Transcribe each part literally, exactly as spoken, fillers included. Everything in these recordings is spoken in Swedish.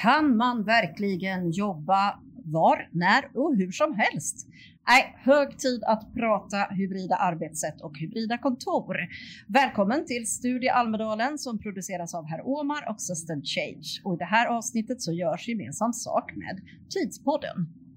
Kan man verkligen jobba var, när och hur som helst? Nej, hög tid att prata hybrida arbetssätt och hybrida kontor. Välkommen till Studio Almedalen som produceras av Herr Omar och System Change. Och i det här avsnittet så görs gemensam sak med Tidspodden.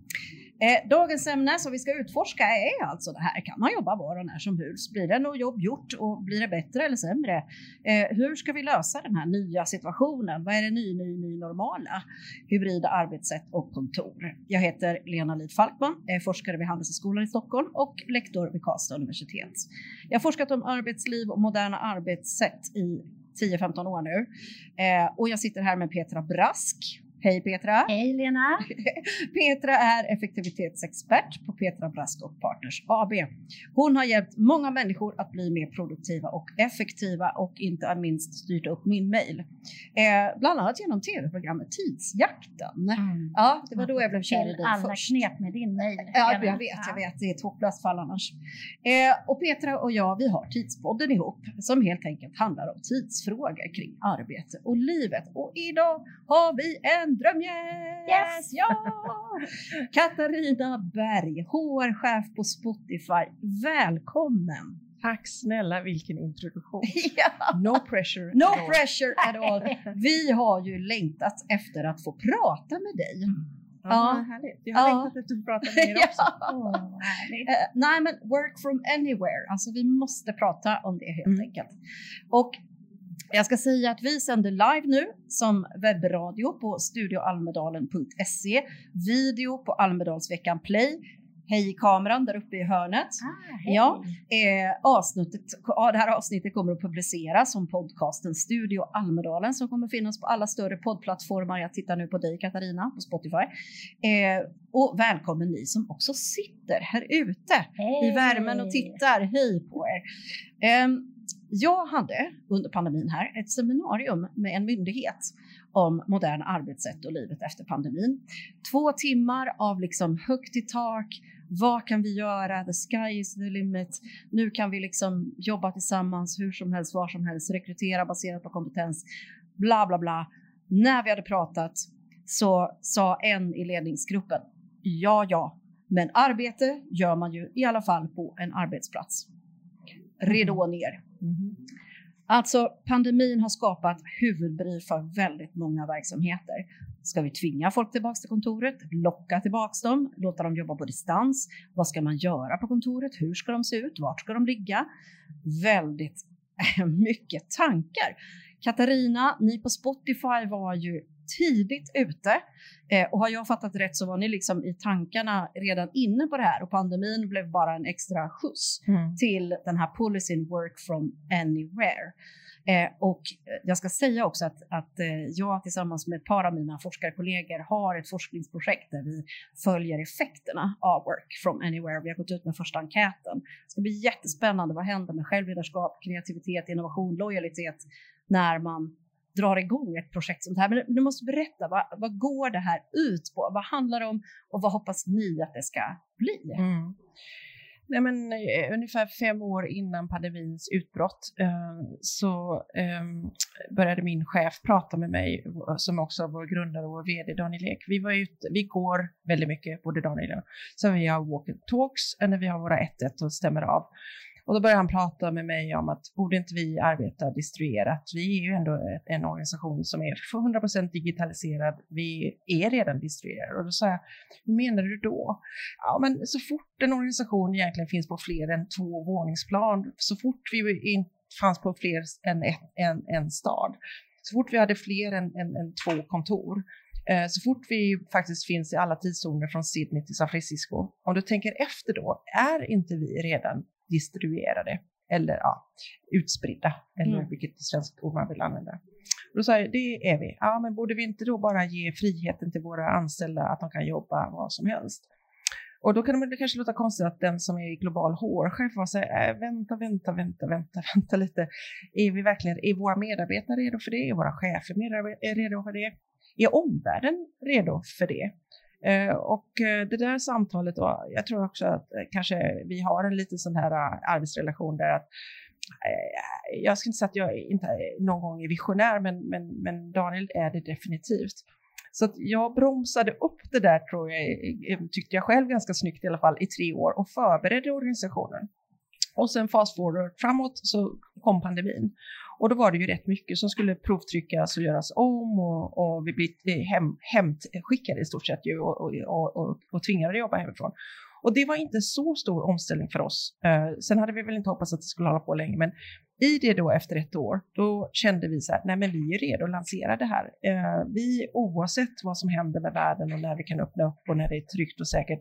Eh, dagens ämne som vi ska utforska är alltså det här. Kan man jobba var och när som helst? Blir det något jobb gjort och blir det bättre eller sämre? Eh, hur ska vi lösa den här nya situationen? Vad är det ny, ny, ny normala? Hybrida arbetssätt och kontor. Jag heter Lena Lid Falkman, är forskare vid Handelshögskolan i Stockholm och lektor vid Karlstad universitet. Jag har forskat om arbetsliv och moderna arbetssätt i tio femton år nu. Eh, och jag sitter här med Petra Brask. Hej Petra! Hej Lena! Petra är effektivitetsexpert på Petra Brask och Partners A B. Hon har hjälpt många människor att bli mer produktiva och effektiva och inte minst styrt upp min mejl. Eh, bland annat genom tv-programmet Tidsjakten. Mm. Ja, det var då jag blev kär i dig alla först. knep med din mejl. Ja, jag vet, jag vet. Det är ett hopplöst fall annars. Eh, och Petra och jag, vi har Tidspodden ihop som helt enkelt handlar om tidsfrågor kring arbete och livet. Och idag har vi en drömgäst! Yes! Ja! Katarina Berg, H R-chef på Spotify. Välkommen! Tack snälla, vilken introduktion. Ja. No pressure. No at pressure at all. Vi har ju längtat efter att få prata med dig. Ja, ja. Härligt. Jag har ja. längtat efter att prata med er också. Ja. Oh, uh, nej, men work from anywhere. Alltså vi måste prata om det helt mm. enkelt. Och jag ska säga att vi sänder live nu som webbradio på studio almedalen punkt se, video på Almedalsveckan Play. Hej i kameran där uppe i hörnet. Ah, hej. Ja, eh, avsnittet, ja, det här avsnittet kommer att publiceras som podcasten Studio Almedalen som kommer finnas på alla större poddplattformar. Jag tittar nu på dig Katarina på Spotify. Eh, och välkommen ni som också sitter här ute hey. i värmen och tittar. Hej på er. Eh, Jag hade under pandemin här ett seminarium med en myndighet om moderna arbetssätt och livet efter pandemin. Två timmar av liksom högt i tak. Vad kan vi göra? The sky is the limit. Nu kan vi liksom jobba tillsammans hur som helst, var som helst. Rekrytera baserat på kompetens. Bla bla bla. När vi hade pratat så sa en i ledningsgruppen. Ja, ja. Men arbete gör man ju i alla fall på en arbetsplats. Ridå ner. Mm. Alltså pandemin har skapat huvudbry för väldigt många verksamheter. Ska vi tvinga folk tillbaka till kontoret? Locka tillbaka dem? Låta dem jobba på distans? Vad ska man göra på kontoret? Hur ska de se ut? Vart ska de ligga? Väldigt mycket tankar. Katarina, ni på Spotify var ju tidigt ute eh, och har jag fattat rätt så var ni liksom i tankarna redan inne på det här och pandemin blev bara en extra skjuts mm. till den här policyn work from anywhere. Eh, och jag ska säga också att, att eh, jag tillsammans med ett par av mina forskarkollegor har ett forskningsprojekt där vi följer effekterna av work from anywhere. Vi har gått ut med första enkäten. Det ska bli jättespännande. Vad händer med självledarskap, kreativitet, innovation, lojalitet när man drar igång ett projekt som det här. Men du måste berätta, vad, vad går det här ut på? Vad handlar det om och vad hoppas ni att det ska bli? Mm. Nej, men, eh, ungefär fem år innan pandemins utbrott eh, så eh, började min chef prata med mig som också vår grundare och vår vd Daniel Ek. Vi, var ute, vi går väldigt mycket, både Daniel och jag. Så vi har walk and talks när vi har våra ett ett och stämmer av. Och då började han prata med mig om att borde inte vi arbeta distribuerat? Vi är ju ändå en organisation som är hundra procent digitaliserad. Vi är redan distribuerade. Och då sa jag, hur menar du då? Ja, men så fort en organisation egentligen finns på fler än två våningsplan, så fort vi in, fanns på fler än ett, en, en stad, så fort vi hade fler än, än, än två kontor, så fort vi faktiskt finns i alla tidszoner från Sydney till San Francisco, om du tänker efter då, är inte vi redan distribuerade eller ja, utspridda eller mm. vilket svenskt ord man vill använda. Och då sa jag, det är vi. Ja, men borde vi inte då bara ge friheten till våra anställda att de kan jobba vad som helst? Och då kan det kanske låta konstigt att den som är global H R-chef var så här, äh, vänta, vänta, vänta, vänta, vänta lite. Är vi verkligen, är våra medarbetare redo för det? Är våra chefer är redo för det? Är omvärlden redo för det? Uh, och uh, det där samtalet då, jag tror också att uh, kanske vi har en liten sån här uh, arbetsrelation där att uh, jag ska inte säga att jag inte någon gång är visionär, men, men, men Daniel är det definitivt. Så att jag bromsade upp det där, tror jag, tyckte jag själv ganska snyggt i alla fall, i tre år och förberedde organisationen. Och sen fast forward framåt så kom pandemin. Och då var det ju rätt mycket som skulle provtryckas och göras om och, och vi blev hem, hemskickade i stort sett ju och, och, och, och, och tvingade jobba hemifrån. Och det var inte så stor omställning för oss. Uh, sen hade vi väl inte hoppats att det skulle hålla på länge, men i det då efter ett år, då kände vi så här, nej men vi är redo att lansera det här. Uh, vi, oavsett vad som händer med världen och när vi kan öppna upp och när det är tryggt och säkert,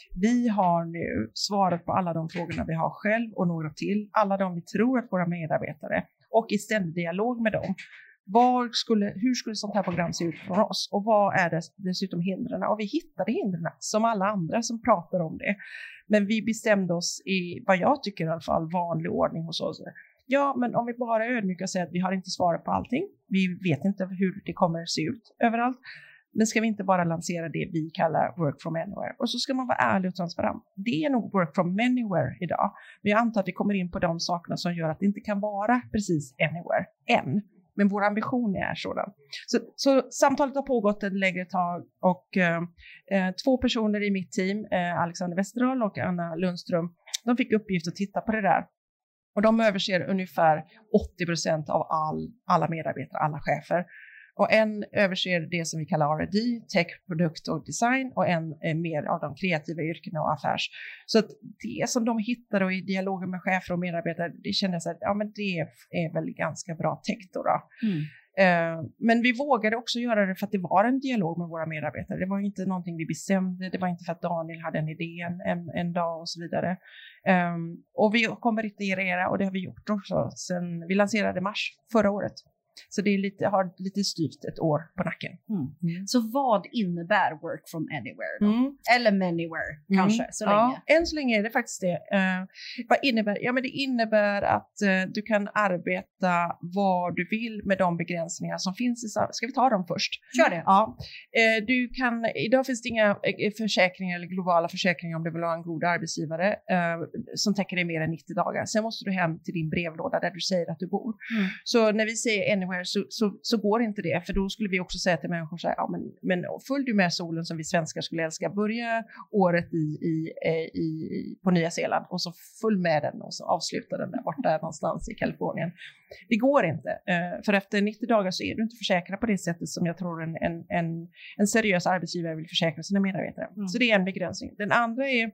vi har nu svaret på alla de frågorna vi har själv och några till, alla de vi tror att våra medarbetare, och i ständig dialog med dem. Var skulle, hur skulle sånt här program se ut från oss? Och vad är det dessutom hindren? Och vi hittade hindren som alla andra som pratar om det. Men vi bestämde oss i, vad jag tycker i alla fall, vanlig ordning hos oss. Ja, men om vi bara är ödmjuka och säger att vi har inte svaret på allting. Vi vet inte hur det kommer se ut överallt. Men ska vi inte bara lansera det vi kallar work from anywhere? Och så ska man vara ärlig och transparent. Det är nog work from anywhere idag. Men jag antar att vi kommer in på de sakerna som gör att det inte kan vara precis anywhere än. Men vår ambition är sådan. Så, så samtalet har pågått ett längre tag och eh, två personer i mitt team, eh, Alexander Westerdahl och Anna Lundström, de fick uppgift att titta på det där. Och de överser ungefär åttio procent av all, alla medarbetare, alla chefer. Och en överser det som vi kallar R and D, tech, produkt och design, och en är mer av de kreativa yrkena och affärs. Så att det som de hittar och i dialogen med chefer och medarbetare, det kändes att ja, men det är väl ganska bra täckt då. då. Mm. Uh, men vi vågade också göra det för att det var en dialog med våra medarbetare. Det var inte någonting vi bestämde, det var inte för att Daniel hade en idé en, en, en dag och så vidare. Um, och vi kommer iterera, och det har vi gjort också sen vi lanserade mars förra året. Så det är lite, har lite styrt ett år på nacken. Mm. Mm. Så vad innebär work from anywhere då? Mm. Eller manywhere kanske, mm. så länge? Ja, än så länge är det faktiskt det. Uh, vad innebär? Ja, men det innebär att uh, du kan arbeta var du vill med de begränsningar som finns i samhället. Ska vi ta dem först? Kör det. Ja. Uh, du kan, idag finns det inga försäkringar eller globala försäkringar om du vill ha en god arbetsgivare uh, som täcker dig mer än nittio dagar. Sen måste du hem till din brevlåda där du säger att du bor. Mm. Så när vi säger anywhere Så, så, så går inte det, för då skulle vi också säga till människor så här, ja, men, men följ du med solen som vi svenskar skulle älska, börja året i, i, i, på Nya Zeeland och så följ med den och så avsluta den där borta någonstans i Kalifornien. Det går inte, för efter nittio dagar så är du inte försäkrad på det sättet som jag tror en, en, en, en seriös arbetsgivare vill försäkra sina medarbetare. Mm. Så det är en begränsning. Den andra är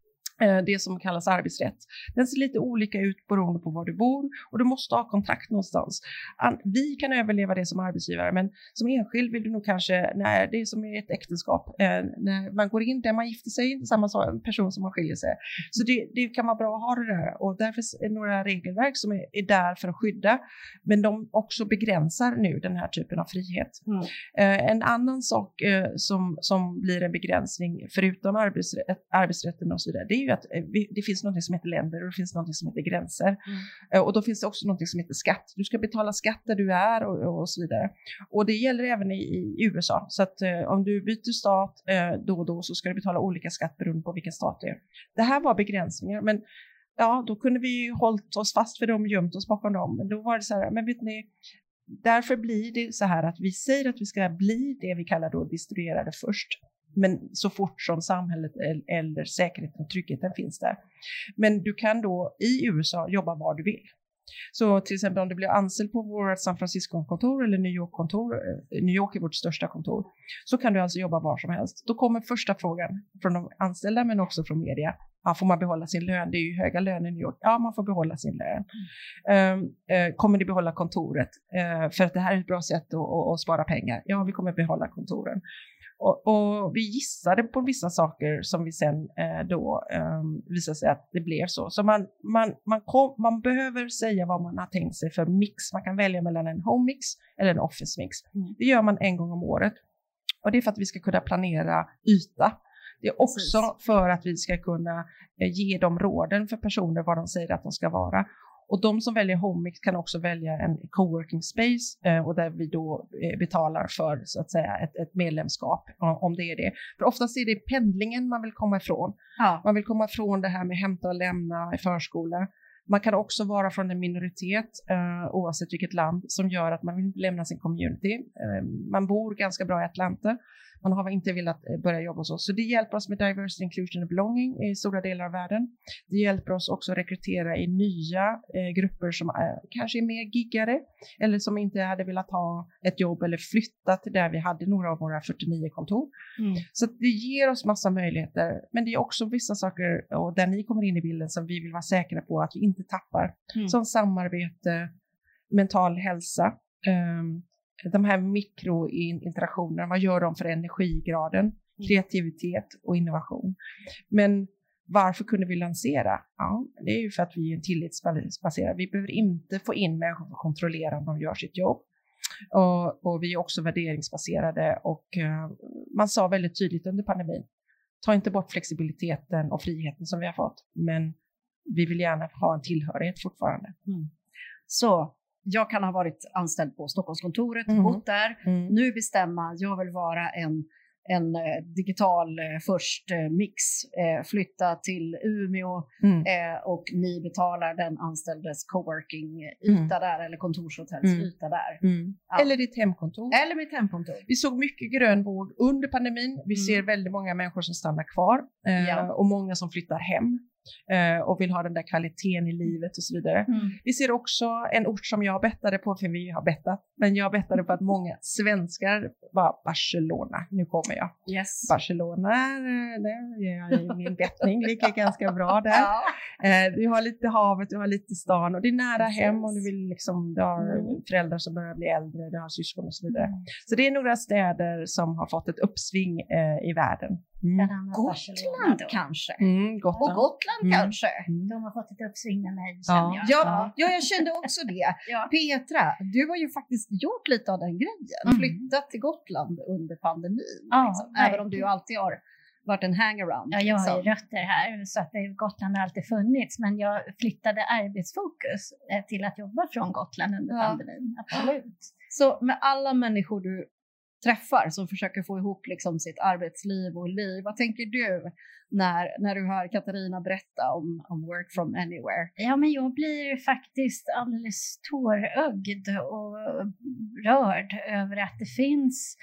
det som kallas arbetsrätt. Den ser lite olika ut beroende på var du bor, och du måste ha kontrakt någonstans. Vi kan överleva det som arbetsgivare, men som enskild vill du nog kanske, när det är som i ett äktenskap, när man går in där man gifter sig, samma person som man skiljer sig. Så det, det kan vara bra att ha det där, och därför är det några regelverk som är, är där för att skydda, men de också begränsar nu den här typen av frihet. Mm. En annan sak som, som blir en begränsning förutom arbetsrätt, arbetsrätten och så vidare, det är ju att det finns något som heter länder och det finns något som heter gränser. Mm. Och då finns det också något som heter skatt. Du ska betala skatt där du är och, och så vidare. Och det gäller även i, i U S A. Så att eh, om du byter stat eh, då och då så ska du betala olika skatt beroende på vilken stat det är. Det här var begränsningar, men ja, då kunde vi ju hållit oss fast för dem och gömt oss bakom dem. Men då var det så här, men vet ni, därför blir det så här att vi säger att vi ska bli det vi kallar då distribuerade först. Men så fort som samhället eller säkerheten och tryggheten finns där. Men du kan då i U S A jobba var du vill. Så till exempel om du blir anställd på vårt San Francisco-kontor eller New York-kontor, New York är vårt största kontor, så kan du alltså jobba var som helst. Då kommer första frågan från de anställda men också från media. Ja, får man behålla sin lön? Det är ju höga löner i New York. Ja, man får behålla sin lön. Mm. Um, uh, kommer ni behålla kontoret? Uh, för att det här är ett bra sätt att, att, att spara pengar. Ja, vi kommer behålla kontoren. Och, och vi gissade på vissa saker som vi sen eh, då eh, visade sig att det blev så. Så man, man, man, kom, man behöver säga vad man har tänkt sig för mix. Man kan välja mellan en home mix eller en office mix. Mm. Det gör man en gång om året. Och det är för att vi ska kunna planera yta. Det är också Precis. För att vi ska kunna eh, ge dem råden för personer vad de säger att de ska vara. Och de som väljer HomeMix kan också välja en coworking space eh, och där vi då eh, betalar för så att säga ett, ett medlemskap om det är det. För oftast är det pendlingen man vill komma ifrån. Ja. Man vill komma ifrån det här med hämta och lämna i förskola. Man kan också vara från en minoritet uh, oavsett vilket land som gör att man vill inte lämna sin community. Uh, man bor ganska bra i Atlanta. Man har inte velat börja jobba hos oss. Så det hjälper oss med diversity, inclusion och belonging i stora delar av världen. Det hjälper oss också att rekrytera i nya eh, grupper som är, kanske är mer giggare. Eller som inte hade velat ha ett jobb eller flytta till där vi hade några av våra fyrtionio kontor. Mm. Så det ger oss massa möjligheter. Men det är också vissa saker, och där ni kommer in i bilden, som vi vill vara säkra på att vi inte tappar. Mm. Som samarbete, mental hälsa. Um, De här mikrointeraktionerna, vad gör de för energigraden, kreativitet och innovation? Men varför kunde vi lansera? Ja, det är ju för att vi är en tillitsbaserad. Vi behöver inte få in människor för att kontrollera om de gör sitt jobb. Och, och vi är också värderingsbaserade. Och uh, man sa väldigt tydligt under pandemin, ta inte bort flexibiliteten och friheten som vi har fått. Men vi vill gärna ha en tillhörighet fortfarande. Mm. Så jag kan ha varit anställd på Stockholmskontoret, mm. bott där. Mm. Nu bestämma, jag vill vara en, en eh, digital eh, först eh, mix. Eh, flytta till Umeå mm. eh, och ni betalar den anställdes coworking-yta mm. där eller kontorshotellsyta mm. yta där. Mm. Ja. Eller ditt hemkontor. Eller mitt hemkontor. Vi såg mycket grön våg under pandemin. Vi mm. ser väldigt många människor som stannar kvar eh, ja. och många som flyttar hem. Uh, och vill ha den där kvaliteten i livet och så vidare. Mm. Vi ser också en ort som jag bettade på, för vi har bettat, men jag bettade på att många svenskar var Barcelona. Nu kommer jag. Yes. Barcelona, det gör jag i min bettning, ligger ganska bra där. Ja. Uh, du har lite havet, du har lite stan och det är nära Precis. hem och du vill liksom, du har mm. föräldrar som börjar bli äldre, du har syskon och så vidare. Mm. Så det är några städer som har fått ett uppsving uh, i världen. Mm. Gotland kanske. Mm, Gotland. Och Gotland mm. kanske. Mm. De har fått ett uppsving med mig. Ja. Jag. Ja, ja, jag kände också det. ja. Petra, du har ju faktiskt gjort lite av den grejen. Mm. Flyttat till Gotland under pandemin. Ja, liksom. Även om du alltid har varit en hangaround. Ja, jag har ju liksom. rötter här. Så att Gotland har alltid funnits. Men jag flyttade arbetsfokus till att jobba från Gotland under ja. pandemin. Absolut. Så med alla människor du träffar som försöker få ihop liksom sitt arbetsliv och liv. Vad tänker du när, när du hör Katarina berätta om, om work from anywhere? Ja, men jag blir faktiskt alldeles tårögd och rörd över att det finns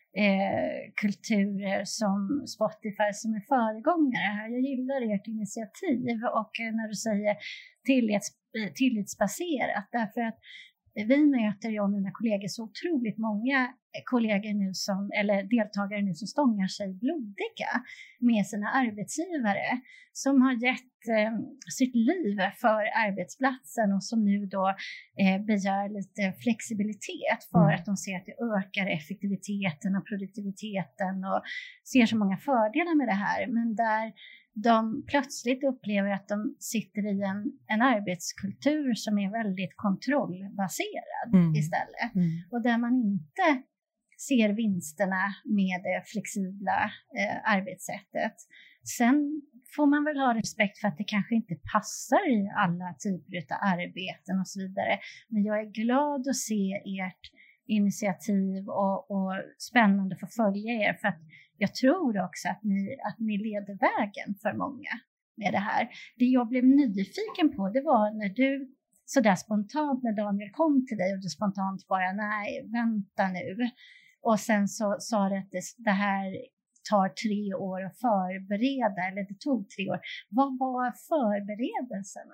eh, kulturer som Spotify som är föregångare här. Jag gillar ert initiativ och när du säger tillits, tillitsbaserat, därför att vi möter, jag och mina kollegor, så otroligt många kollegor nu som, eller deltagare nu som stångar sig blodiga med sina arbetsgivare som har gett eh, sitt liv för arbetsplatsen och som nu då eh, begär lite flexibilitet för mm. att de ser att det ökar effektiviteten och produktiviteten och ser så många fördelar med det här, men där de plötsligt upplever att de sitter i en, en arbetskultur som är väldigt kontrollbaserad mm. istället. Mm. Och där man inte ser vinsterna med det flexibla eh, arbetssättet. Sen får man väl ha respekt för att det kanske inte passar i alla typer av arbeten och så vidare. Men jag är glad att se ert initiativ och, och spännande att få följa er, för att jag tror också att ni, att ni leder vägen för många med det här. Det jag blev nyfiken på, det var när du sådär spontant, när Daniel kom till dig och du spontant bara, nej, vänta nu. Och sen så sa du att det, det här tar tre år att förbereda, eller det tog tre år. Vad var förberedelserna?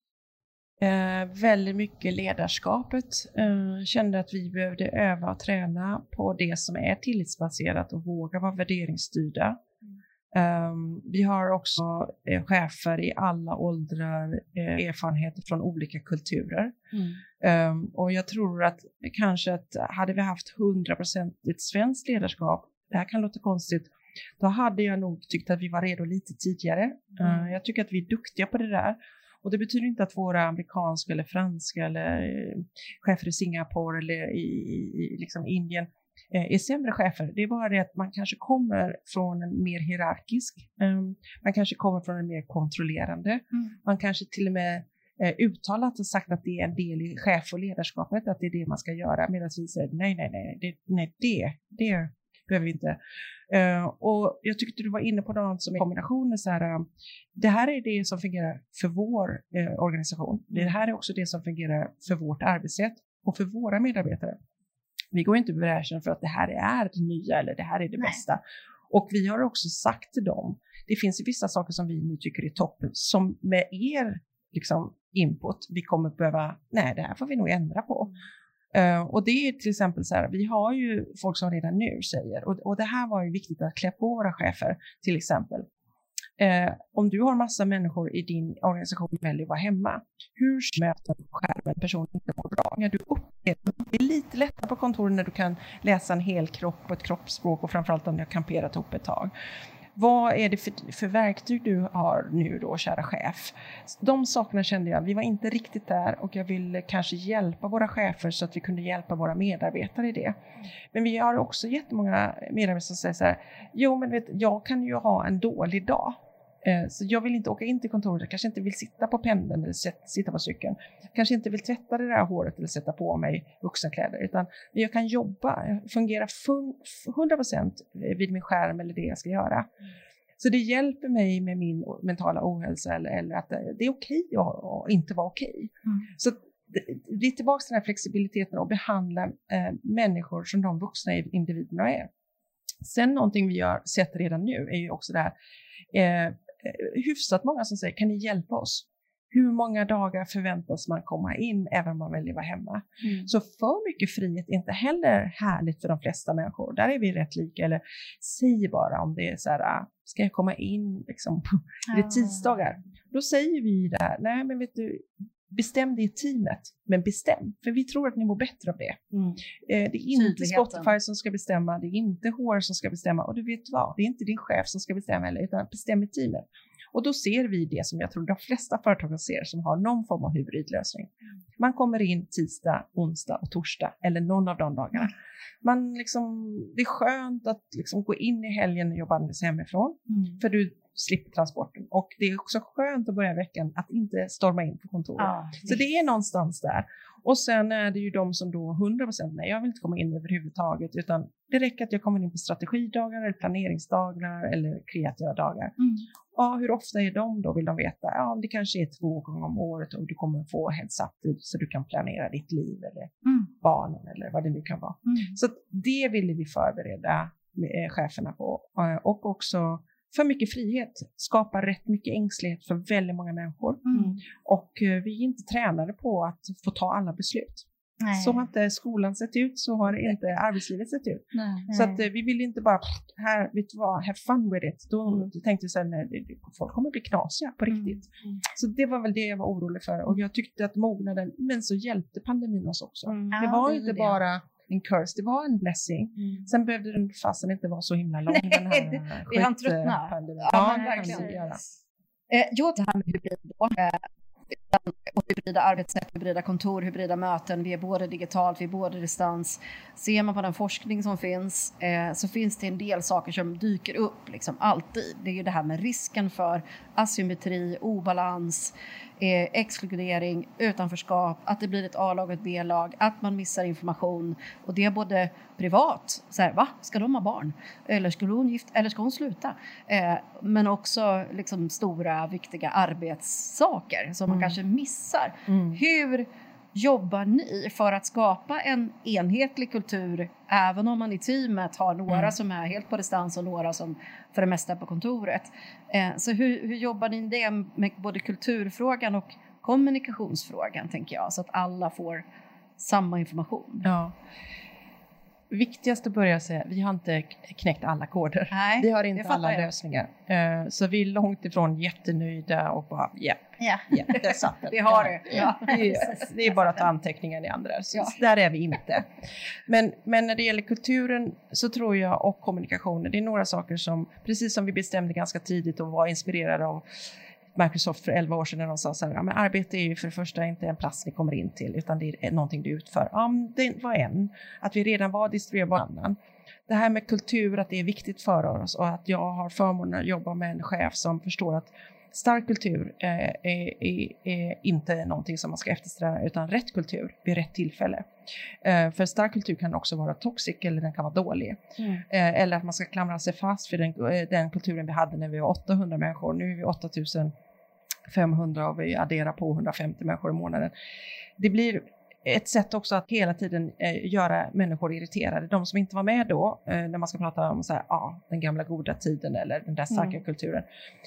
Eh, väldigt mycket ledarskapet. Eh, kände att vi behövde öva och träna på det som är tillitsbaserat och våga vara värderingsstyrda. Mm. Eh, vi har också eh, chefer i alla åldrar, eh, erfarenheter från olika kulturer. Mm. Eh, och jag tror att kanske att hade vi haft hundra procent ett svenskt ledarskap, det här kan låta konstigt, då hade jag nog tyckt att vi var redo lite tidigare. Mm. Eh, jag tycker att vi är duktiga på det där. Och det betyder inte att våra amerikanska eller franska eller eh, chefer i Singapore eller i, i liksom Indien eh, är sämre chefer. Det är bara det att man kanske kommer från en mer hierarkisk. Eh, man kanske kommer från en mer kontrollerande. Mm. Man kanske till och med eh, uttalat och sagt att det är en del i chef och ledarskapet, att det är det man ska göra. Medan vi säger nej, nej, nej, det, nej det, det behöver vi inte. Uh, och jag tyckte du var inne på något som är kombinationen så här, uh, det här är det som fungerar för vår uh, organisation. Det här är också det som fungerar för vårt arbetssätt och för våra medarbetare. Vi går inte i bräschen för att det här är det nya eller det här är det Nej. bästa. Och vi har också sagt till dem, det finns ju vissa saker som vi nu tycker är toppen, som med er liksom, input, vi kommer behöva, nej det här får vi nog ändra på. Uh, och det är till exempel så här, vi har ju folk som redan nu säger, och, och det här var ju viktigt att klä på våra chefer till exempel. Uh, om du har massa människor i din organisation som väljer att vara hemma, hur möter du skärmen personen inte mår bra? När du upplever, det är lite lättare på kontoret när du kan läsa en hel kropp och ett kroppsspråk och framförallt om du har kamperat upp ett tag. Vad är det för, för verktyg du har nu då, kära chef? De sakerna kände jag, vi var inte riktigt där och jag ville kanske hjälpa våra chefer så att vi kunde hjälpa våra medarbetare i det. Men vi har också jättemånga medarbetare som säger så här, jo men vet, jag kan ju ha en dålig dag. Så jag vill inte åka in till kontoret, jag kanske inte vill sitta på pendeln eller sitta på cykeln. Jag kanske inte vill tvätta det där håret eller sätta på mig vuxenkläder. Utan jag kan jobba, fungera hundra procent vid min skärm eller det jag ska göra. Så det hjälper mig med min mentala ohälsa eller, eller att det är okej att inte vara okej. Mm. Så det är tillbaka till den här flexibiliteten och behandla eh, människor som de vuxna individerna är. Sen någonting vi har sett redan nu är ju också det här eh, hyfsat många som säger, kan ni hjälpa oss? Hur många dagar förväntas man komma in även om man väljer vara hemma? Mm. Så för mycket frihet är inte heller härligt för de flesta människor. Där är vi rätt lika. Eller säg bara om det är så här, ska jag komma in liksom, är det tisdagar? Då säger vi det här, nej men vet du, bestäm det i teamet, men bestäm. För vi tror att ni mår bättre av det. Mm. Eh, det är inte Spotify som ska bestämma, det är inte H R som ska bestämma. Och du vet vad, det är inte din chef som ska bestämma heller, utan bestäm i teamet. Och då ser vi det som jag tror de flesta företag ser, som har någon form av hybridlösning. Mm. Man kommer in tisdag, onsdag och torsdag, eller någon av de dagarna. Man liksom, det är skönt att liksom gå in i helgen och jobba alldeles hemifrån. Mm. För du slipper transporten. Och det är också skönt att börja veckan att inte storma in på kontoret. Ah, så det är någonstans där. Och sen är det ju de som då hundra procent nej, jag vill inte komma in överhuvudtaget. Utan det räcker att jag kommer in på strategidagar eller planeringsdagar eller kreativa dagar. Mm. Ja, hur ofta är de då, vill de veta? Ja, det kanske är två gånger om året och du kommer få heads up så du kan planera ditt liv eller mm. barnen eller vad det nu kan vara. Mm. Så det ville vi förbereda med cheferna på. Och också för mycket frihet skapar rätt mycket ängslighet för väldigt många människor. Mm. Och vi är inte tränade på att få ta alla beslut. Nej. Så har inte skolan sett ut, så har inte arbetslivet sett ut. Nej. Så att vi vill inte bara, här, vet du vad, have fun with it. Då mm. tänkte vi så här, nej, folk kommer bli knasiga på riktigt. Mm. Mm. Så det var väl det jag var orolig för. Och jag tyckte att mognaden, men så hjälpte pandemin oss också. Mm. Det var ja, inte det. bara en curse, det var en blessing. Mm. Sen behövde den fasen inte vara så himla lång. Nej, den här det, vi hann tröttna. Pandemin. Ja, ja verkligen. Eh, jo, det här med hybrid då. Och hybrida arbetssätt, hybrida kontor, hybrida möten. Vi är både digitalt, vi är både distans. Ser man på den forskning som finns eh, så finns det en del saker som dyker upp liksom alltid. Det är ju det här med risken för asymmetri, obalans, eh, exkludering, utanförskap, att det blir ett A-lag och ett B-lag, att man missar information. Och det är både privat, så här, va? Ska de ha barn? Eller ska hon gift? Eller ska hon sluta? Eh, men också liksom stora, viktiga arbetssaker som man mm. kanske missar. Mm. Hur jobbar ni för att skapa en enhetlig kultur, även om man i teamet har några mm. som är helt på distans och några som för det mesta är på kontoret? Eh, så hur, hur jobbar ni det med både kulturfrågan och kommunikationsfrågan, tänker jag, så att alla får samma information? Ja. Viktigast att börja säga, vi har inte knäckt alla koder. Nej, vi har inte alla jag. lösningar. Uh, så vi är långt ifrån jättenöjda och bara, yeah, ja, yeah, det satt det. Vi har det. Ja. det, är, det är bara att ta anteckningar i andra. Så, ja. så där är vi inte. Men, men när det gäller kulturen så tror jag, och kommunikationen, det är några saker som, precis som vi bestämde ganska tidigt och var inspirerade av Microsoft för elva år sedan, när de sa så här, men arbete är ju för det första inte en plats ni kommer in till, utan det är någonting du utför. Ja, det var en. Att vi redan var distribuerade var annan. Det här med kultur, att det är viktigt för oss, och att jag har förmånen att jobba med en chef som förstår att stark kultur är, är, är inte någonting som man ska eftersträva, utan rätt kultur vid rätt tillfälle. Eh, för stark kultur kan också vara toxic eller den kan vara dålig. Mm. Eh, eller att man ska klamra sig fast för den, den kulturen vi hade när vi var åttahundra människor. Nu är vi åtta tusen femhundra och vi adderar på hundrafemtio människor i månaden. Det blir ett sätt också att hela tiden eh, göra människor irriterade. De som inte var med då, eh, när man ska prata om så här, ah, den gamla goda tiden eller den där starka mm. kulturen.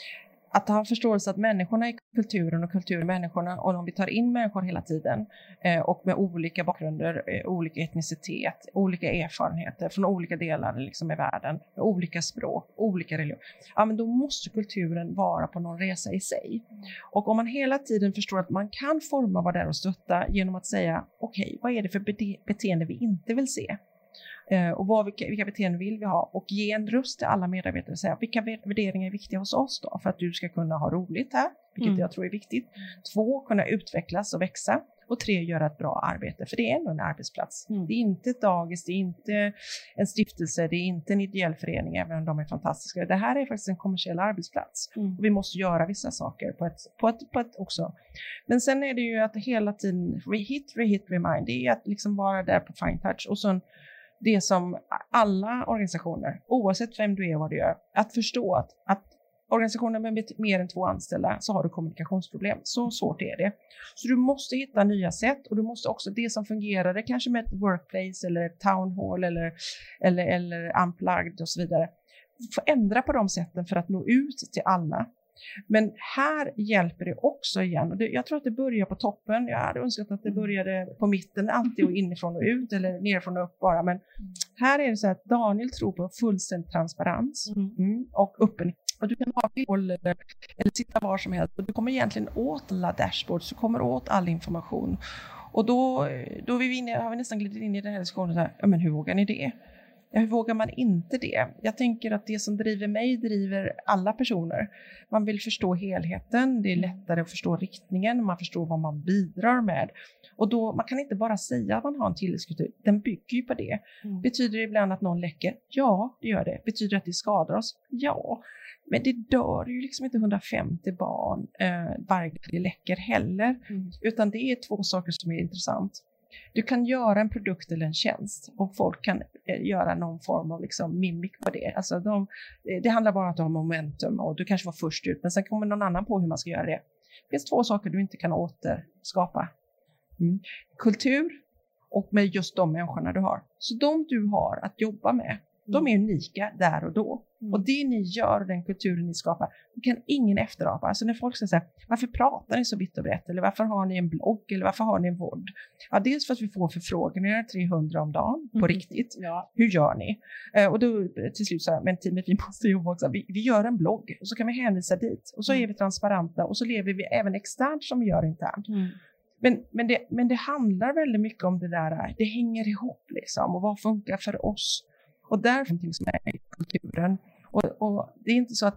Att ha förståelse att människorna är kulturen och kulturen människorna, och om vi tar in människor hela tiden eh, och med olika bakgrunder, eh, olika etnicitet, olika erfarenheter från olika delar liksom, i världen, med olika språk, olika religioner, ja, men då måste kulturen vara på någon resa i sig. Och om man hela tiden förstår att man kan forma, vara där och stötta genom att säga okej, okay, vad är det för bete- beteende vi inte vill se? Uh, och vad, vilka, vilka beteenden vill vi ha, och ge en röst till alla medarbetare och säga vilka värderingar är viktiga hos oss då för att du ska kunna ha roligt här, vilket mm. jag tror är viktigt. Två, kunna utvecklas och växa, och tre, göra ett bra arbete, för det är ändå en arbetsplats. Mm. Det är inte ett dagis, det är inte en stiftelse, det är inte en ideell förening, även om de är fantastiska. Det här är faktiskt en kommersiell arbetsplats. Mm. Och vi måste göra vissa saker på ett, på, ett, på ett också. Men sen är det ju att hela tiden hit, rehit, remind, det är att liksom vara där på fine touch, och sen det som alla organisationer, oavsett vem du är och vad du gör, att förstå att, att organisationer med mer än två anställda så har du kommunikationsproblem. Så svårt är det. Så du måste hitta nya sätt, och du måste också det som fungerade kanske med ett workplace eller ett town hall eller, eller, eller unplugged och så vidare. Få ändra på de sätten för att nå ut till alla. Men här hjälper det också igen. Och det, jag tror att det börjar på toppen. Jag hade önskat att det började på mitten, alltid och inifrån och ut eller nerifrån och upp bara. Men här är det så att Daniel tror på fullständig transparens mm. och öppenhet. Och du kan ha bild eller, eller sitta var som helst. Och du kommer egentligen åt alla dashboards. Du kommer åt all information. Och då, då är vi inne, har vi nästan glidit in i den här diskussionen. Så här, ja, men hur vågar ni det? Ja, hur vågar man inte det? Jag tänker att det som driver mig driver alla personer. Man vill förstå helheten. Det är lättare att förstå riktningen. Man förstår vad man bidrar med. Och då, man kan inte bara säga att man har en tillitskultur. Den bygger ju på det. Mm. Betyder det ibland att någon läcker? Ja, det gör det. Betyder det att det skadar oss? Ja. Men det dör ju liksom inte hundrafemtio barn eh, varje gång det läcker heller. Mm. Utan det är två saker som är intressant. Du kan göra en produkt eller en tjänst och folk kan eh, göra någon form av liksom mimik på det. Alltså de, det handlar bara om att du har momentum och du kanske var först ut, men sen kommer någon annan på hur man ska göra det. Det finns två saker du inte kan återskapa. Mm. Kultur och med just de människorna du har. Så de du har att jobba med, de är unika där och då. Mm. Och det ni gör, den kulturen ni skapar, det kan ingen efterapa. Alltså när folk säger, varför pratar ni så vitt och brett? Eller varför har ni en blogg? Eller varför har ni en podd? Ja, dels för att vi får förfrågningar trehundra om dagen på mm. riktigt. Ja. Hur gör ni? Eh, och då till slut så här, men teamet, vi måste jobba också. Vi, vi gör en blogg och så kan vi hänvisa dit. Och så mm. är vi transparenta och så lever vi även externt som vi gör internt. Mm. Men, men, det, men det handlar väldigt mycket om det där, det hänger ihop liksom. Och vad funkar för oss? Och där är någonting som är i kulturen. Och, och det är inte så att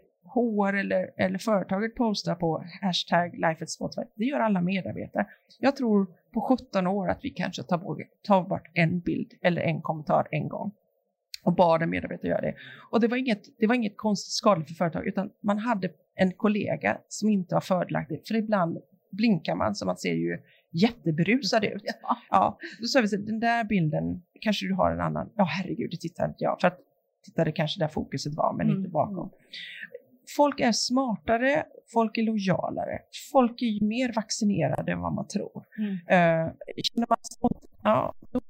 H R eller, eller företaget postar på hashtag life at Spotify. Det gör alla medarbetare. Jag tror på sjutton år att vi kanske tar bort, tar bort en bild eller en kommentar en gång. Och bara medarbetare gör det. Och det var inget, det var inget konstigt skadligt för företag, utan man hade en kollega som inte var fördelaktig. För ibland blinkar man så man ser ju jätteberusad ut. Ja. Ja, då sa vi så, den där bilden kanske du har en annan. Ja, herregud, det tittar inte jag. För att tittade kanske där fokuset var, men mm. inte bakom. Folk är smartare, folk är lojalare, folk är ju mer vaccinerade än vad man tror. Mm. Uh, känner man sånt, ja, då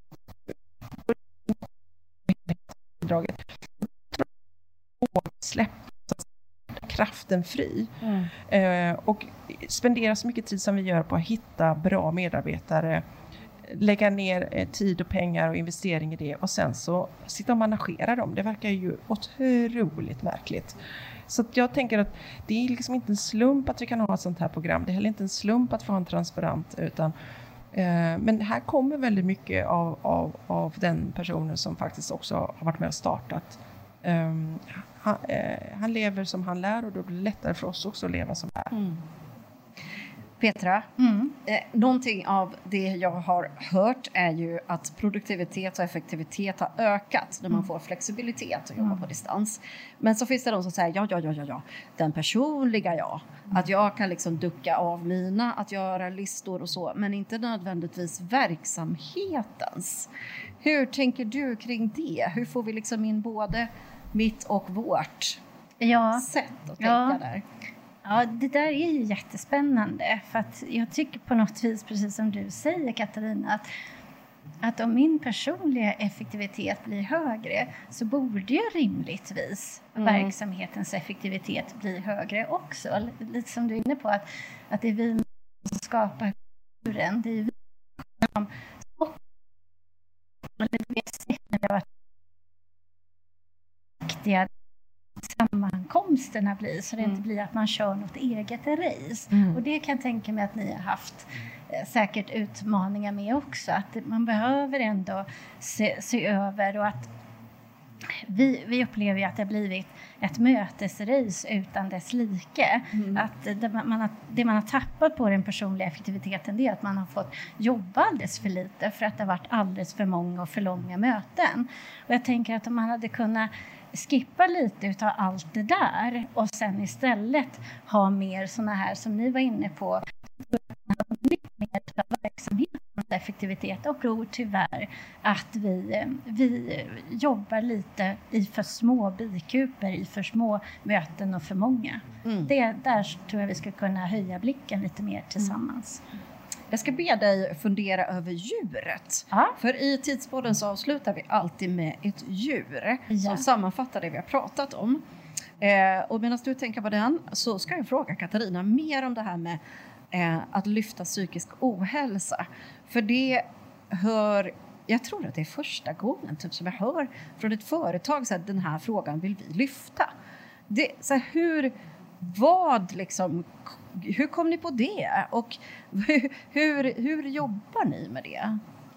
släppa kraften fri. Mm. Uh, och spendera så mycket tid som vi gör på att hitta bra medarbetare, lägga ner tid och pengar och investering i det, och sen så sitta och managera dem. Det verkar ju otroligt märkligt. Så att jag tänker att det är liksom inte en slump att vi kan ha ett sånt här program. Det är heller inte en slump att få en transparent, utan eh, men här kommer väldigt mycket av, av, av den personen som faktiskt också har varit med och startat. Um, han, eh, han lever som han lär, och då blir det lättare för oss också att leva som är. Mm. Petra, Mm. eh, någonting av det jag har hört är ju att produktivitet och effektivitet har ökat när man Mm. får flexibilitet och jobba Mm. på distans. Men så finns det de som säger ja, ja, ja, ja, ja, den personliga jag. Att jag kan liksom ducka av mina, att göra listor och så, men inte nödvändigtvis verksamhetens. Hur tänker du kring det? Hur får vi liksom in både mitt och vårt Ja. sätt att tänka Ja. där? Ja, det där är ju jättespännande, för att jag tycker på något vis, precis som du säger Katarina, att, att om min personliga effektivitet blir högre så borde ju rimligtvis Mm. verksamhetens effektivitet bli högre också. Lite som du är inne på, att, att det är vi som skapar kulturen, det är vi som när det har varit viktiga sammankomsterna blir, så det Mm. inte blir att man kör något eget race. Mm. Och det kan jag tänka mig att ni har haft eh, säkert utmaningar med också, att det- man behöver ändå se, se över, och att vi, vi upplever ju att det har blivit ett mötesrace utan dess like. Mm. Att det man, man har, det man har tappat på den personliga effektiviteten, det är att man har fått jobba alldeles för lite för att det har varit alldeles för många och för långa möten. Och jag tänker att om man hade kunnat skippa lite utav allt det där och sen istället ha mer såna här som ni var inne på, mer av verksamhetens effektivitet, och tror tyvärr att vi, vi jobbar lite i för små bikuper, i för små möten och för många. Mm. Det, där tror jag vi ska kunna höja blicken lite mer tillsammans. Jag ska be dig fundera över djuret. Ja. För i Tidspodden så avslutar vi alltid med ett djur Ja. som sammanfattar det vi har pratat om. Eh, och medan du tänker på den så ska jag fråga Katarina mer om det här med eh, att lyfta psykisk ohälsa. För det hör, jag tror att det är första gången typ, som jag hör från ett företag så att den här frågan vill vi lyfta. Det, så här, hur, vad liksom, hur kom ni på det? Och hur, hur, hur jobbar ni med det?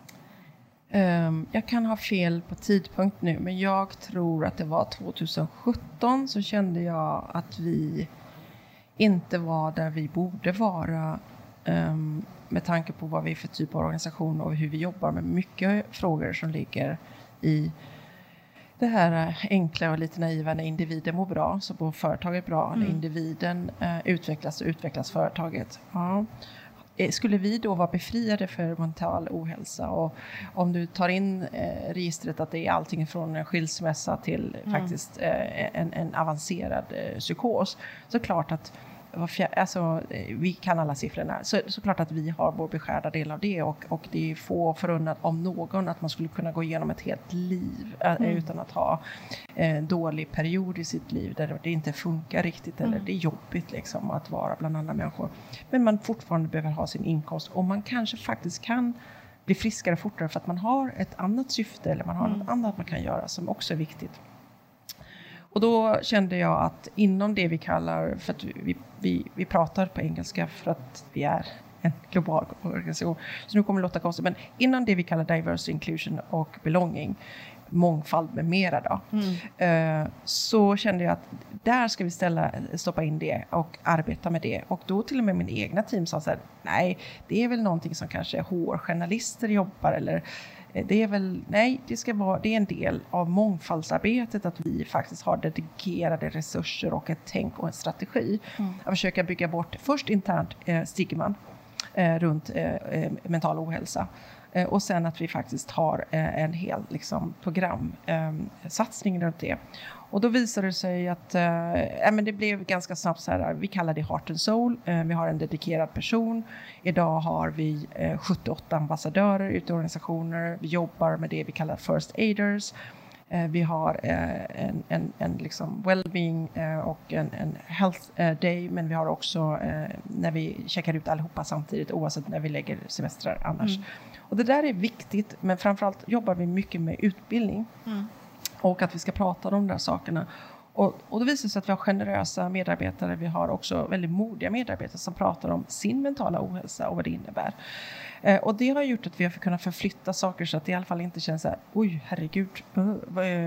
Um, jag kan ha fel på tidpunkt nu, men jag tror att det var tjugohundrasjutton så kände jag att vi inte var där vi borde vara um, med tanke på vad vi är för typ av organisation och hur vi jobbar med mycket frågor som ligger i det här enkla och lite naiva: när individen mår bra så mår företaget bra, mm. när individen uh, utvecklas och utvecklas företaget. Ja. Skulle vi då vara befriade för mental ohälsa, och om du tar in eh, registret att det är allting från en skilsmässa till mm. faktiskt eh, en, en avancerad eh, psykos, så klart att var fjär, alltså, vi kan alla siffrorna, så, så klart att vi har vår beskärda del av det, och, och det är få förunnat om någon att man skulle kunna gå igenom ett helt liv äh, mm. utan att ha en eh, dålig period i sitt liv där det inte funkar riktigt, eller mm. det är jobbigt liksom att vara bland andra människor, men man fortfarande behöver ha sin inkomst, och man kanske faktiskt kan bli friskare fortare för att man har ett annat syfte, eller man har mm. något annat man kan göra som också är viktigt. Och då kände jag att inom det vi kallar, för att vi, vi, vi pratar på engelska för att vi är en global organisation, så nu kommer det låta konstigt, men inom det vi kallar diversity, inclusion och belonging, mångfald med mera då, mm. eh, så kände jag att där ska vi ställa, stoppa in det och arbeta med det. Och då till och med min egna team sa så här: nej, det är väl någonting som kanske H R-journalister jobbar, eller det är väl, nej, det ska vara, det är en del av mångfaldsarbetet att vi faktiskt har dedikerade resurser och ett tänk och en strategi. Mm. Att försöka bygga bort först internt eh, stigman eh, runt eh, mental ohälsa. Eh, och sen att vi faktiskt har eh, en hel liksom, programsatsning eh, runt det. Och då visade det sig att eh, men det blev ganska snabbt så här, vi kallar det Heart and Soul. Eh, vi har en dedikerad person. Idag har vi eh, sjuttioåtta ambassadörer ute i organisationer. Vi jobbar med det vi kallar First Aiders. Eh, vi har eh, en, en, en liksom well-being eh, och en, en health eh, day. Men vi har också eh, när vi checkar ut allihopa samtidigt, oavsett när vi lägger semestrar annars. Mm. Och det där är viktigt, men framförallt jobbar vi mycket med utbildning. Mm. Och att vi ska prata om de där sakerna. Och, och det visar sig att vi har generösa medarbetare. Vi har också väldigt modiga medarbetare som pratar om sin mentala ohälsa och vad det innebär. Eh, och det har gjort att vi har kunnat förflytta saker så att det i alla fall inte känns så här: oj, herregud, uh, vad,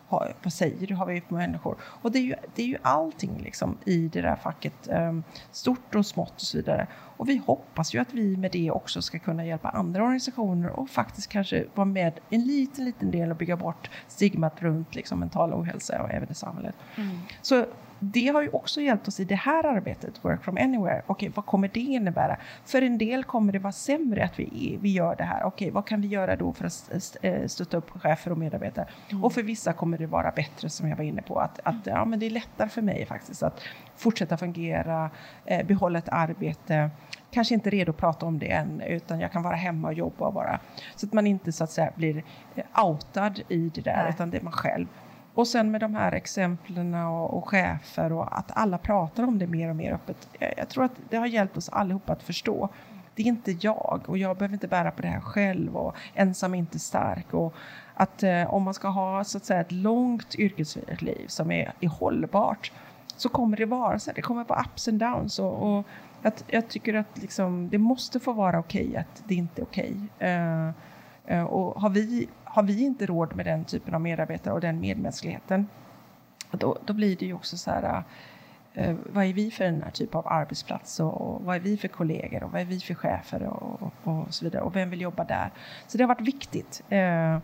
ha, vad säger du, har vi på människor? Och det är ju, det är ju allting liksom i det där facket, um, stort och smått och så vidare. Och vi hoppas ju att vi med det också ska kunna hjälpa andra organisationer och faktiskt kanske vara med en liten, liten del och bygga bort stigmat runt liksom mental ohälsa och även i samhället. Mm. Så det har ju också hjälpt oss i det här arbetet, Work from Anywhere. Okej, vad kommer det innebära? För en del kommer det vara sämre att vi, vi gör det här. Okej, vad kan vi göra då för att stötta upp chefer och medarbetare? Mm. Och för vissa kommer det vara bättre, som jag var inne på. Att, att ja, men det är lättare för mig faktiskt att fortsätta fungera, eh, behålla ett arbete. Kanske inte redo att prata om det än, utan jag kan vara hemma och jobba och bara. Så att man inte så att säga blir outad i det där, Nej. utan det är man själv. Och sen med de här exemplen och, och chefer och att alla pratar om det mer och mer öppet. Jag, jag tror att det har hjälpt oss allihopa att förstå. Det är inte jag och jag behöver inte bära på det här själv och ensam inte stark. Och att eh, om man ska ha så att säga ett långt yrkesliv som är, är hållbart, så kommer det vara så här. Det kommer vara ups and downs och, och att, jag tycker att liksom, det måste få vara okej att det inte är okej. Uh, uh, och har vi, har vi inte råd med den typen av medarbetare och den medmänskligheten, då, då blir det ju också så här, uh, vad är vi för den här typ av arbetsplats och, och vad är vi för kollegor och vad är vi för chefer och, och, och så vidare och vem vill jobba där. Så det har varit viktigt. Uh,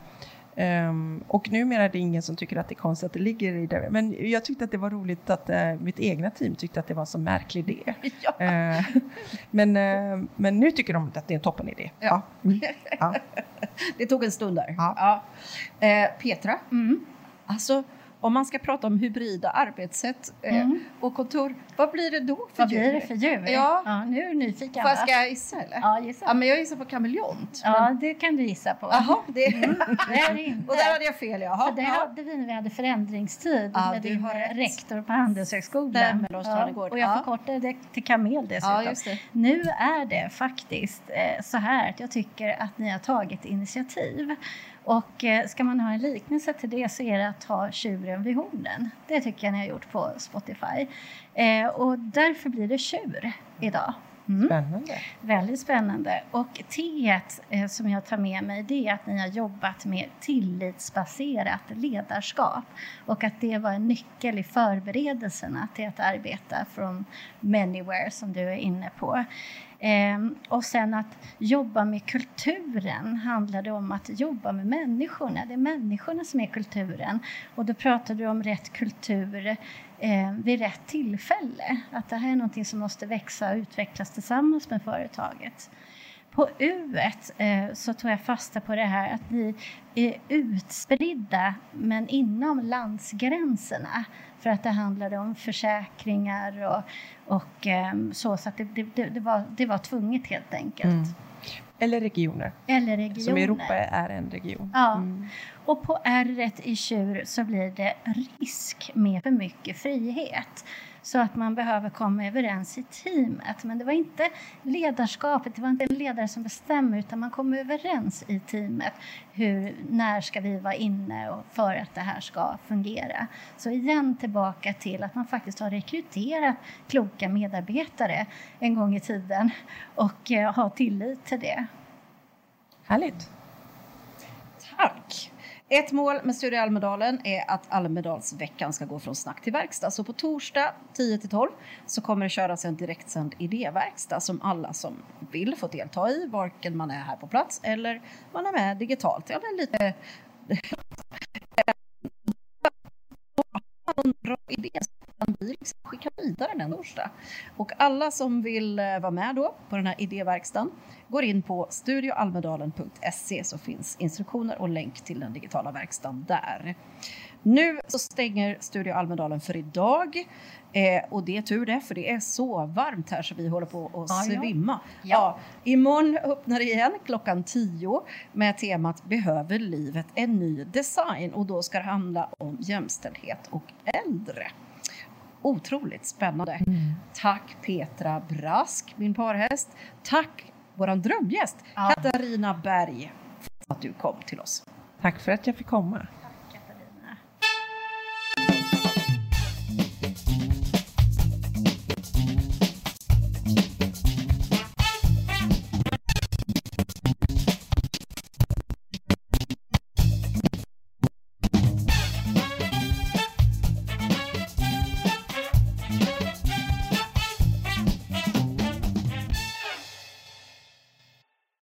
Um, och numera är det ingen som tycker att det är konstigt att det ligger i det. Men jag tyckte att det var roligt att uh, mitt egna team tyckte att det var så märklig idé. Ja. Uh, men, uh, men nu tycker de att det är en toppen idé. Ja. Mm. Ja. Det tog en stund där. Ja. Ja. Uh, Petra, mm. alltså om man ska prata om hybrida arbetssätt mm. och kontor, vad blir det då för vad djur? Vad blir det för djur? Ja. Ja, nu är du nyfiken. Får jag ska gissa eller? Ja, gissa. Ja, men jag gissar på kameleont. Ja, men... det kan du gissa på. Jaha, det... Mm, det är det inte. Och där hade jag fel, jaha. För det hade vi när vi hade förändringstid ja, med din har rektor på Handelshögskolan. Ja, och jag förkortade det till kamel dessutom. Ja, just det. Nu är det faktiskt eh, så här att jag tycker att ni har tagit initiativ. Och eh, ska man ha en liknelse till det så är det att ta tjuren vid hornen. Det tycker jag ni har gjort på Spotify. Eh, och därför blir det tjur idag. Mm. Spännande. Väldigt spännande. Och teet eh, som jag tar med mig, det är att ni har jobbat med tillitsbaserat ledarskap. Och att det var en nyckel i förberedelserna till att arbeta från Manywhere som du är inne på. Eh, och sen att jobba med kulturen handlar det om att jobba med människorna. Det är människorna som är kulturen. Och då pratar du om rätt kultur eh, vid rätt tillfälle. Att det här är någonting som måste växa och utvecklas tillsammans med företaget. På U ett eh, så tog jag fasta på det här att ni är utspridda men inom landsgränserna. För att det handlade om försäkringar och, och eh, så. Så att det, det, det, var, det var tvunget helt enkelt. Mm. Eller regioner. Eller regioner. Som Europa är en region. Ja. Mm. Och på R i tjur så blir det risk med för mycket frihet. Så att man behöver komma överens i teamet. Men det var inte ledarskapet, det var inte en ledare som bestämmer, utan man kom överens i teamet. Hur, när ska vi vara inne och för att det här ska fungera. Så igen tillbaka till att man faktiskt har rekryterat kloka medarbetare en gång i tiden. Och eh, ha tillit till det. Härligt. Tack. Ett mål med Studio Almedalen är att Almedalsveckan ska gå från snack till verkstad. Så på torsdag tio till tolv så kommer det köras en direktsänd idéverkstad som alla som vill få delta i. Varken man är här på plats eller man är med digitalt. Ja, men lite en bra idé som vi liksom skickar vidare den torsdag. Och alla som vill vara med då på den här idéverkstaden går in på studio almedalen punkt se så finns instruktioner och länk till den digitala verkstaden där. Nu så stänger Studio Almedalen för idag. Eh, och det är tur det, för det är så varmt här så vi håller på att ja, svimma. Ja. Ja, imorgon öppnar det igen klockan tio med temat Behöver livet en ny design? Och då ska det handla om jämställdhet och äldre. Otroligt spännande. Mm. Tack Petra Brask, min parhäst. Tack våran drömgäst, ja. Katarina Berg, för att du kom till oss. Tack för att jag fick komma.